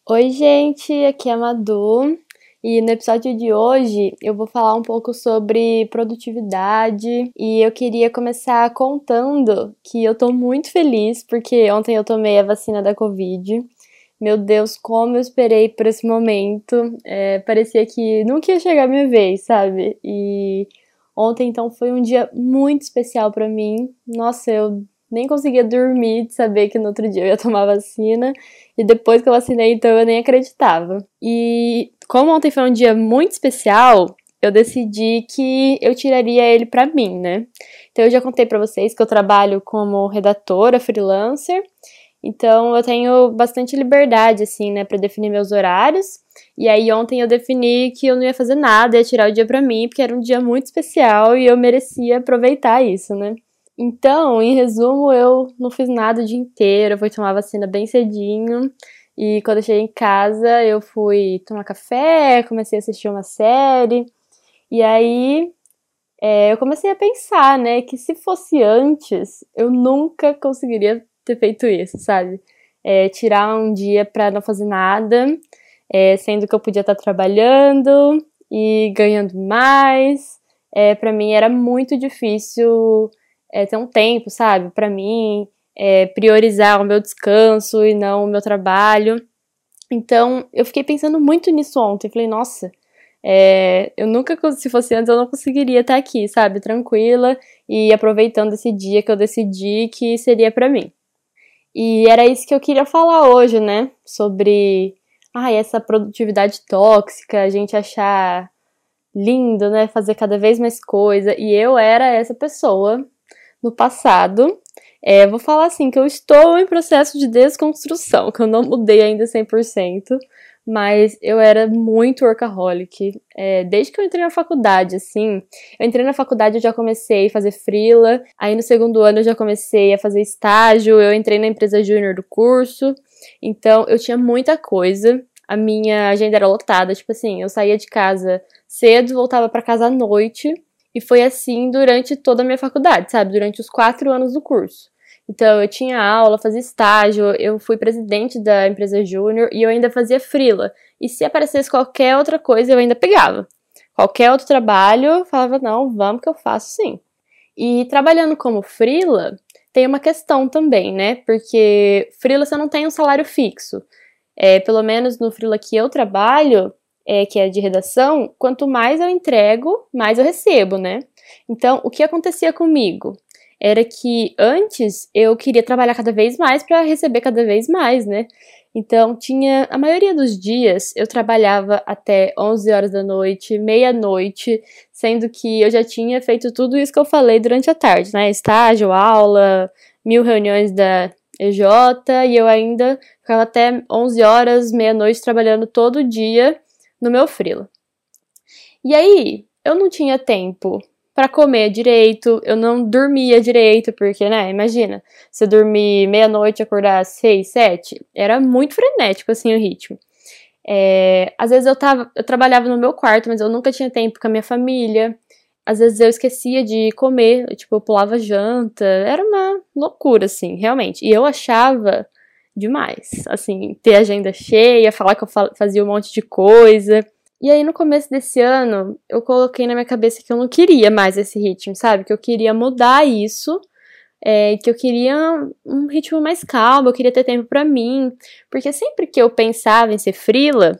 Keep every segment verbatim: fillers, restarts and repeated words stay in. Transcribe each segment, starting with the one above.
Oi, gente, aqui é a Madu e no episódio de hoje eu vou falar um pouco sobre produtividade e eu queria começar contando que eu tô muito feliz porque ontem eu tomei a vacina da Covid. Meu Deus, como eu esperei por esse momento. É, parecia que nunca ia chegar a minha vez, sabe? E ontem então foi um dia muito especial pra mim. Nossa, eu nem conseguia dormir de saber que no outro dia eu ia tomar vacina. E depois que eu vacinei, então eu nem acreditava. E como ontem foi um dia muito especial, eu decidi que eu tiraria ele pra mim, né? Então eu já contei pra vocês que eu trabalho como redatora freelancer. Então eu tenho bastante liberdade, assim, né, pra definir meus horários. E aí ontem eu defini que eu não ia fazer nada, ia tirar o dia pra mim, porque era um dia muito especial e eu merecia aproveitar isso, né? Então, em resumo, eu não fiz nada o dia inteiro, eu fui tomar vacina bem cedinho. E quando eu cheguei em casa, eu fui tomar café, comecei a assistir uma série. E aí, é, eu comecei a pensar, né, que se fosse antes, eu nunca conseguiria ter feito isso, sabe? É, tirar um dia pra não fazer nada, é, sendo que eu podia estar trabalhando e ganhando mais. É, para mim era muito difícil é, ter um tempo, sabe? Pra mim, é, priorizar o meu descanso e não o meu trabalho. Então, eu fiquei pensando muito nisso ontem. Falei, nossa, é, eu nunca, se fosse antes, eu não conseguiria estar aqui, sabe? Tranquila e aproveitando esse dia que eu decidi que seria pra mim. E era isso que eu queria falar hoje, né? Sobre ai, essa produtividade tóxica, a gente achar lindo, né? Fazer cada vez mais coisa. E eu era essa pessoa no passado. É, vou falar assim, que eu estou em processo de desconstrução, que eu não mudei ainda cem por cento, mas eu era muito workaholic. É, desde que eu entrei na faculdade, assim, eu entrei na faculdade eu já comecei a fazer freela, aí no segundo ano eu já comecei a fazer estágio, eu entrei na empresa júnior do curso, então eu tinha muita coisa, a minha agenda era lotada, tipo assim, eu saía de casa cedo, voltava pra casa à noite, e foi assim durante toda a minha faculdade, sabe? Durante os quatro anos do curso. Então, eu tinha aula, fazia estágio, eu fui presidente da empresa júnior e eu ainda fazia freela. E se aparecesse qualquer outra coisa, eu ainda pegava. Qualquer outro trabalho, eu falava, não, vamos que eu faço sim. E trabalhando como freela, tem uma questão também, né? Porque freela você não tem um salário fixo. É, pelo menos no freela que eu trabalho, é, que é de redação, quanto mais eu entrego, mais eu recebo, né? Então, o que acontecia comigo? Era que antes eu queria trabalhar cada vez mais para receber cada vez mais, né? Então, tinha a maioria dos dias eu trabalhava até onze horas da noite, meia-noite, sendo que eu já tinha feito tudo isso que eu falei durante a tarde, né? Estágio, aula, mil reuniões da E J, e eu ainda ficava até onze horas, meia-noite trabalhando todo dia no meu freela. E aí, eu não tinha tempo para comer direito, eu não dormia direito, porque, né, imagina, se eu dormir meia-noite e acordar às seis, sete, era muito frenético, assim, o ritmo. É, às vezes eu, tava, eu trabalhava no meu quarto, mas eu nunca tinha tempo com a minha família, às vezes eu esquecia de comer, eu, tipo, eu pulava janta, era uma loucura, assim, realmente, e eu achava demais, assim, ter agenda cheia, falar que eu fazia um monte de coisa. E aí, no começo desse ano, eu coloquei na minha cabeça que eu não queria mais esse ritmo, sabe? Que eu queria mudar isso, é, que eu queria um ritmo mais calmo, eu queria ter tempo pra mim. Porque sempre que eu pensava em ser freela,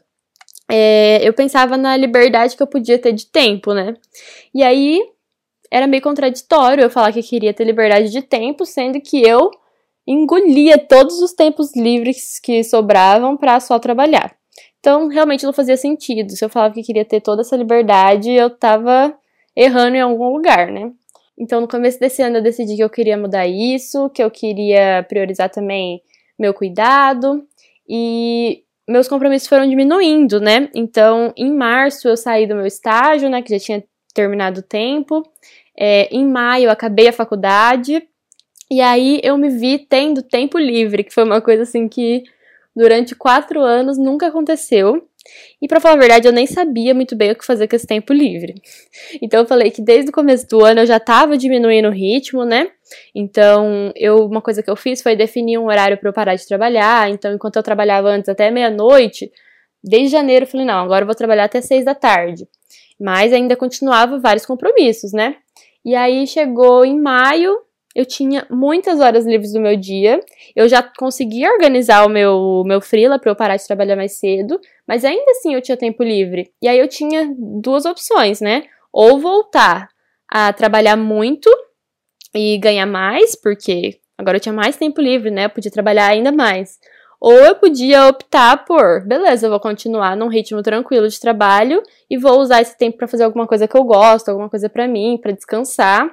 é, eu pensava na liberdade que eu podia ter de tempo, né? E aí, era meio contraditório eu falar que eu queria ter liberdade de tempo, sendo que eu engolia todos os tempos livres que sobravam pra só trabalhar. Então, realmente não fazia sentido. Se eu falava que queria ter toda essa liberdade, eu tava errando em algum lugar, né? Então, no começo desse ano, eu decidi que eu queria mudar isso, que eu queria priorizar também meu cuidado, e meus compromissos foram diminuindo, né? Então, em março, eu saí do meu estágio, né, que já tinha terminado o tempo. É, em maio, eu acabei a faculdade, e aí eu me vi tendo tempo livre, que foi uma coisa assim que durante quatro anos nunca aconteceu. E pra falar a verdade, eu nem sabia muito bem o que fazer com esse tempo livre. Então eu falei que desde o começo do ano eu já tava diminuindo o ritmo, né? Então, eu, uma coisa que eu fiz foi definir um horário para eu parar de trabalhar. Então, enquanto eu trabalhava antes até meia-noite, desde janeiro eu falei, não, agora eu vou trabalhar até seis da tarde. Mas ainda continuava vários compromissos, né? E aí chegou em maio, eu tinha muitas horas livres do meu dia, eu já conseguia organizar o meu, meu freela para eu parar de trabalhar mais cedo, mas ainda assim eu tinha tempo livre. E aí eu tinha duas opções, né? Ou voltar a trabalhar muito e ganhar mais, porque agora eu tinha mais tempo livre, né? Eu podia trabalhar ainda mais. Ou eu podia optar por, beleza, eu vou continuar num ritmo tranquilo de trabalho e vou usar esse tempo para fazer alguma coisa que eu gosto, alguma coisa para mim, para descansar.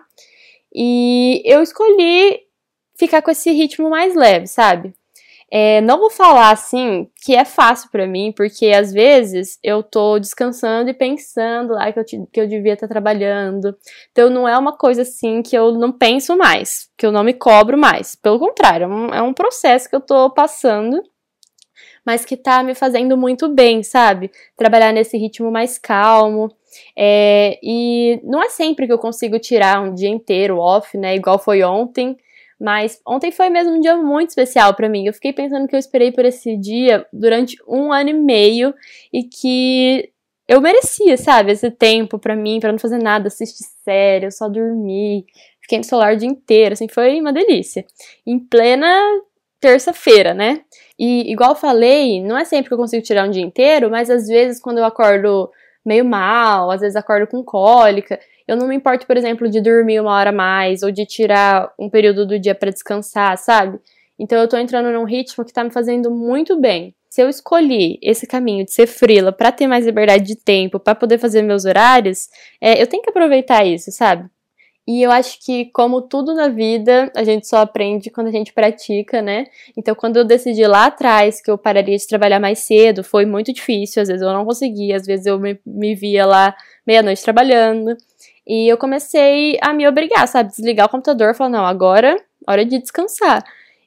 E eu escolhi ficar com esse ritmo mais leve, sabe? É, não vou falar, assim, que é fácil pra mim, porque às vezes eu tô descansando e pensando lá que eu, te, que eu devia estar trabalhando. Então não é uma coisa, assim, que eu não penso mais, que eu não me cobro mais. Pelo contrário, é um, é um processo que eu tô passando, mas que tá me fazendo muito bem, sabe? Trabalhar nesse ritmo mais calmo. É, e não é sempre que eu consigo tirar um dia inteiro off, né? Igual foi ontem. Mas ontem foi mesmo um dia muito especial pra mim. Eu fiquei pensando que eu esperei por esse dia durante um ano e meio e que eu merecia, sabe? Esse tempo pra mim, pra não fazer nada, assistir série, eu só dormir. Fiquei no celular o dia inteiro, assim, foi uma delícia. Em plena terça-feira, né? E igual eu falei, não é sempre que eu consigo tirar um dia inteiro, mas às vezes quando eu acordo meio mal, às vezes acordo com cólica, eu não me importo, por exemplo, de dormir uma hora a mais ou de tirar um período do dia pra descansar, sabe? Então eu tô entrando num ritmo que tá me fazendo muito bem. Se eu escolhi esse caminho de ser freela pra ter mais liberdade de tempo, pra poder fazer meus horários, é, eu tenho que aproveitar isso, sabe? E eu acho que, como tudo na vida, a gente só aprende quando a gente pratica, né? Então, quando eu decidi lá atrás que eu pararia de trabalhar mais cedo, foi muito difícil, às vezes eu não conseguia, às vezes eu me, me via lá meia-noite trabalhando. E eu comecei a me obrigar, sabe? Desligar o computador e falar, não, agora, hora de descansar.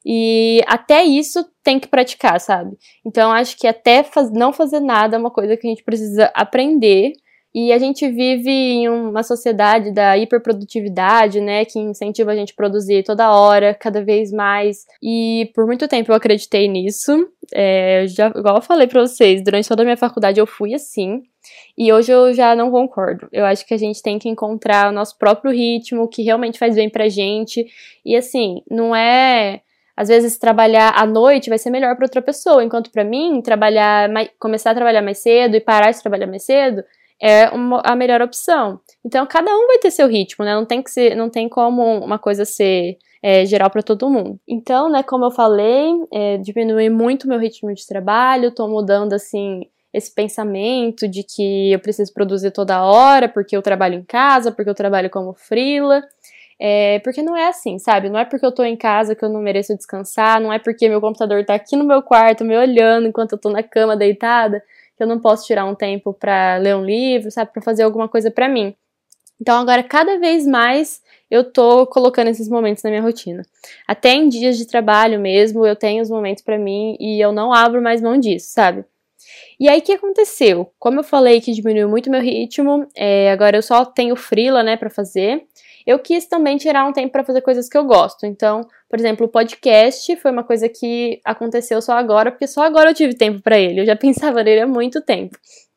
E até isso tem que praticar, sabe? Então, acho que até faz, não fazer nada é uma coisa que a gente precisa aprender. E a gente vive em uma sociedade da hiperprodutividade, né, que incentiva a gente a produzir toda hora, cada vez mais. E por muito tempo eu acreditei nisso. É, já, igual eu falei pra vocês, durante toda a minha faculdade eu fui assim. E hoje eu já não concordo. Eu acho que a gente tem que encontrar o nosso próprio ritmo, que realmente faz bem pra gente. E assim, não é... Às vezes trabalhar à noite vai ser melhor pra outra pessoa, enquanto pra mim, trabalhar mais, começar a trabalhar mais cedo e parar de trabalhar mais cedo é uma, a melhor opção. Então, cada um vai ter seu ritmo, né? Não tem que ser, não tem como uma coisa ser é, geral para todo mundo. Então, né, como eu falei, é, diminui muito meu ritmo de trabalho, tô mudando, assim, esse pensamento de que eu preciso produzir toda hora, porque eu trabalho em casa, porque eu trabalho como freela. É, porque não é assim, sabe? Não é porque eu tô em casa que eu não mereço descansar, não é porque meu computador tá aqui no meu quarto me olhando enquanto eu tô na cama deitada, que eu não posso tirar um tempo pra ler um livro, sabe? Pra fazer alguma coisa pra mim. Então agora, cada vez mais, eu tô colocando esses momentos na minha rotina. Até em dias de trabalho mesmo, eu tenho os momentos pra mim e eu não abro mais mão disso, sabe? E aí, o que aconteceu? Como eu falei que diminuiu muito meu ritmo, é, agora eu só tenho freela, né, pra fazer. Eu quis também tirar um tempo pra fazer coisas que eu gosto. Então, por exemplo, o podcast foi uma coisa que aconteceu só agora, porque só agora eu tive tempo pra ele. Eu já pensava nele há muito tempo.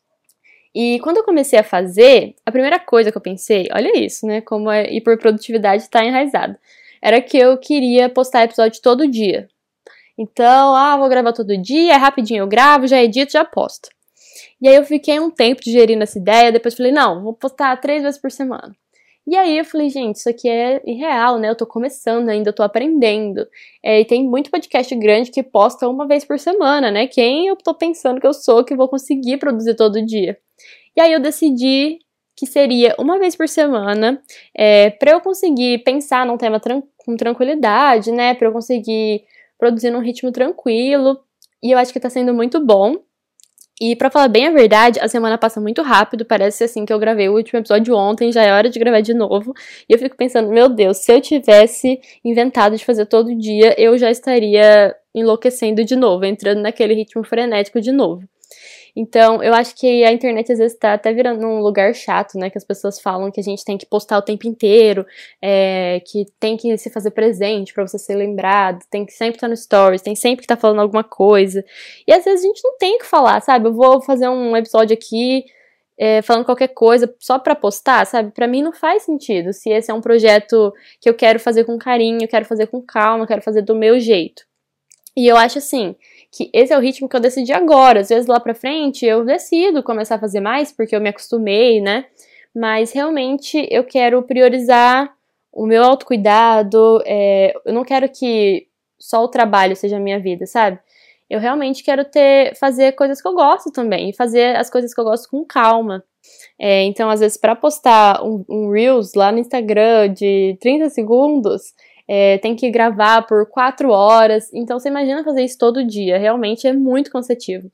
E quando eu comecei a fazer, a primeira coisa que eu pensei, olha isso, né, como a hiperprodutividade tá enraizada, era que eu queria postar episódio todo dia. Então, ah, vou gravar todo dia, é rapidinho eu gravo, já edito, já posto. E aí eu fiquei um tempo digerindo essa ideia, depois falei, não, vou postar três vezes por semana. E aí eu falei, gente, isso aqui é irreal, né? Eu tô começando ainda, eu tô aprendendo. É, e tem muito podcast grande que posta uma vez por semana, né? Quem eu tô pensando que eu sou que vou conseguir produzir todo dia? E aí eu decidi que seria uma vez por semana, é, pra eu conseguir pensar num tema tran- com tranquilidade, né? Pra eu conseguir produzir num ritmo tranquilo. E eu acho que tá sendo muito bom. E pra falar bem a verdade, a semana passa muito rápido, parece assim que eu gravei o último episódio ontem, já é hora de gravar de novo, e eu fico pensando, meu Deus, se eu tivesse inventado de fazer todo dia, eu já estaria enlouquecendo de novo, entrando naquele ritmo frenético de novo. Então, eu acho que a internet às vezes tá até virando um lugar chato, né? Que as pessoas falam que a gente tem que postar o tempo inteiro, é, que tem que se fazer presente pra você ser lembrado, tem que sempre estar no stories, tem sempre que estar falando alguma coisa. E às vezes a gente não tem o que falar, sabe? Eu vou fazer um episódio aqui, é, falando qualquer coisa só pra postar, sabe? Pra mim não faz sentido. Se esse é um projeto que eu quero fazer com carinho, eu quero fazer com calma, eu quero fazer do meu jeito. E eu acho assim, que esse é o ritmo que eu decidi agora. Às vezes lá pra frente eu decido começar a fazer mais porque eu me acostumei, né? Mas realmente eu quero priorizar o meu autocuidado. É, eu não quero que só o trabalho seja a minha vida, sabe? Eu realmente quero ter, fazer coisas que eu gosto também. E fazer as coisas que eu gosto com calma. É, então, às vezes, pra postar um, um Reels lá no Instagram de trinta segundos... É, tem que gravar por quatro horas, então você imagina fazer isso todo dia, realmente é muito cansativo.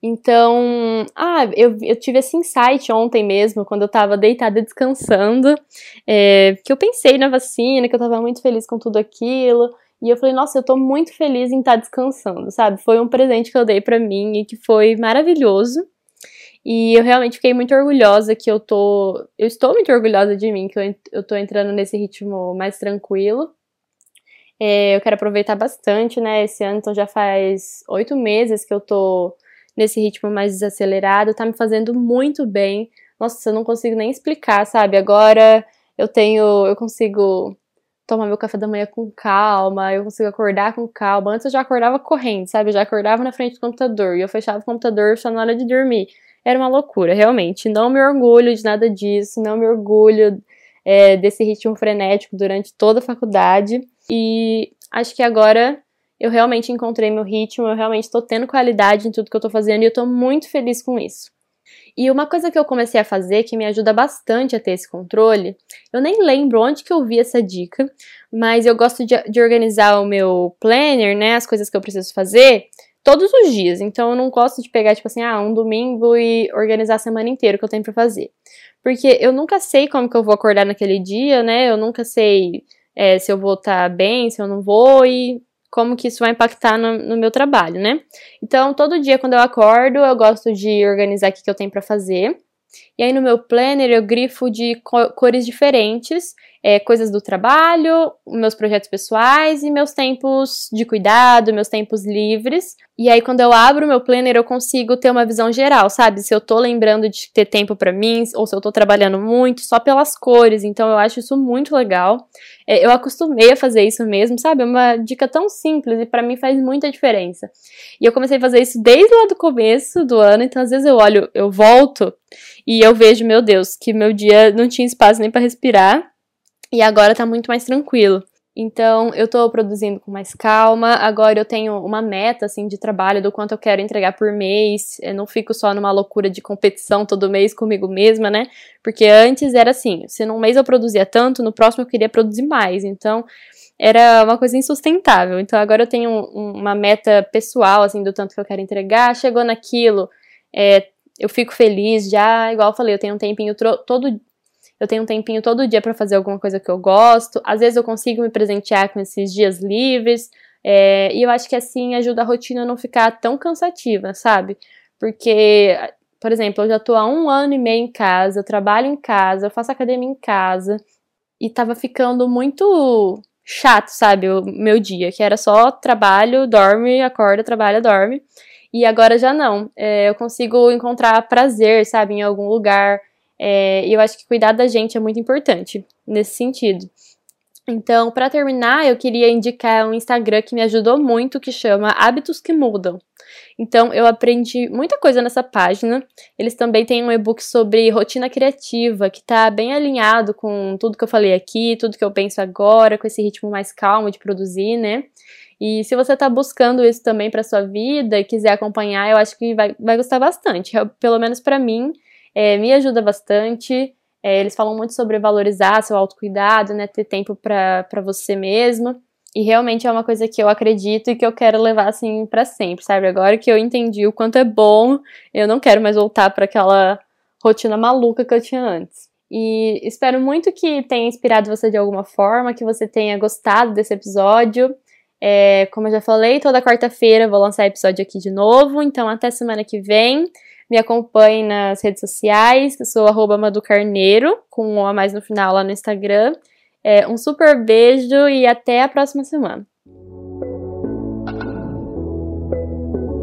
Então, ah, eu, eu tive esse insight ontem mesmo, quando eu tava deitada descansando, é, que eu pensei na vacina, que eu tava muito feliz com tudo aquilo, e eu falei, nossa, eu tô muito feliz em estar descansando, sabe? Foi um presente que eu dei pra mim e que foi maravilhoso. E eu realmente fiquei muito orgulhosa que eu tô... Eu estou muito orgulhosa de mim, que eu, eu tô entrando nesse ritmo mais tranquilo. É, eu quero aproveitar bastante, né, esse ano, então já faz oito meses que eu tô nesse ritmo mais desacelerado, tá me fazendo muito bem. Nossa, eu não consigo nem explicar, sabe? Agora eu tenho, eu consigo tomar meu café da manhã com calma, eu consigo acordar com calma. Antes eu já acordava correndo, sabe? Eu já acordava na frente do computador e eu fechava o computador só na hora de dormir. Era uma loucura, realmente. Não me orgulho de nada disso, não me orgulho é, desse ritmo frenético durante toda a faculdade. E acho que agora eu realmente encontrei meu ritmo, eu realmente tô tendo qualidade em tudo que eu tô fazendo e eu tô muito feliz com isso. E uma coisa que eu comecei a fazer que me ajuda bastante a ter esse controle, eu nem lembro onde que eu vi essa dica, mas eu gosto de, de organizar o meu planner, né, as coisas que eu preciso fazer, todos os dias. Então eu não gosto de pegar, tipo assim, ah, um domingo e organizar a semana inteira que eu tenho pra fazer. Porque eu nunca sei como que eu vou acordar naquele dia, né, eu nunca sei... É, se eu vou estar bem, se eu não vou e como que isso vai impactar no, no meu trabalho, né? Então, todo dia quando eu acordo, eu gosto de organizar o que eu tenho pra fazer. E aí no meu planner eu grifo de cores diferentes, é, coisas do trabalho, meus projetos pessoais e meus tempos de cuidado, meus tempos livres. E aí quando eu abro o meu planner eu consigo ter uma visão geral, sabe? Se eu tô lembrando de ter tempo pra mim ou se eu tô trabalhando muito, só pelas cores. Então eu acho isso muito legal. É, eu acostumei a fazer isso mesmo, sabe? É uma dica tão simples e pra mim faz muita diferença. E eu comecei a fazer isso desde lá do começo do ano, então às vezes eu olho, eu volto e eu vejo, meu Deus, que meu dia não tinha espaço nem pra respirar e agora tá muito mais tranquilo. Então, eu tô produzindo com mais calma, agora eu tenho uma meta, assim, de trabalho do quanto eu quero entregar por mês, eu não fico só numa loucura de competição todo mês comigo mesma, né, porque antes era assim, se num mês eu produzia tanto, no próximo eu queria produzir mais, então era uma coisa insustentável. Então agora eu tenho um, uma meta pessoal, assim, do tanto que eu quero entregar, chegou naquilo, é, eu fico feliz já, igual eu falei, eu tenho um tempinho todo Eu tenho um tempinho todo dia pra fazer alguma coisa que eu gosto. Às vezes eu consigo me presentear com esses dias livres. É, e eu acho que assim ajuda a rotina a não ficar tão cansativa, sabe? Porque, por exemplo, eu já tô há um ano e meio em casa, eu trabalho em casa, eu faço academia em casa. E tava ficando muito chato, sabe? O meu dia, que era só trabalho, dorme, acorda, trabalha, dorme. E agora já não. É, eu consigo encontrar prazer, sabe? Em algum lugar. É, e eu acho que cuidar da gente é muito importante nesse sentido. Então, para terminar, eu queria indicar um Instagram que me ajudou muito, que chama Hábitos que Mudam. Então, eu aprendi muita coisa nessa página. Eles também têm um e-book sobre rotina criativa, que tá bem alinhado com tudo que eu falei aqui, tudo que eu penso agora, com esse ritmo mais calmo de produzir, né? E se você tá buscando isso também pra sua vida e quiser acompanhar, eu acho que vai, vai gostar bastante. Pelo menos pra mim, É, me ajuda bastante. É, eles falam muito sobre valorizar seu autocuidado, né, ter tempo pra, pra você mesma, e realmente é uma coisa que eu acredito e que eu quero levar assim pra sempre, sabe? Agora que eu entendi o quanto é bom, eu não quero mais voltar pra aquela rotina maluca que eu tinha antes. E espero muito que tenha inspirado você de alguma forma, que você tenha gostado desse episódio. É, como eu já falei, toda quarta-feira eu vou lançar episódio aqui de novo, então até semana que vem. Me acompanhem nas redes sociais, que eu sou arroba Madu Carneiro, com um a mais no final lá no Instagram. É, um super beijo e até a próxima semana.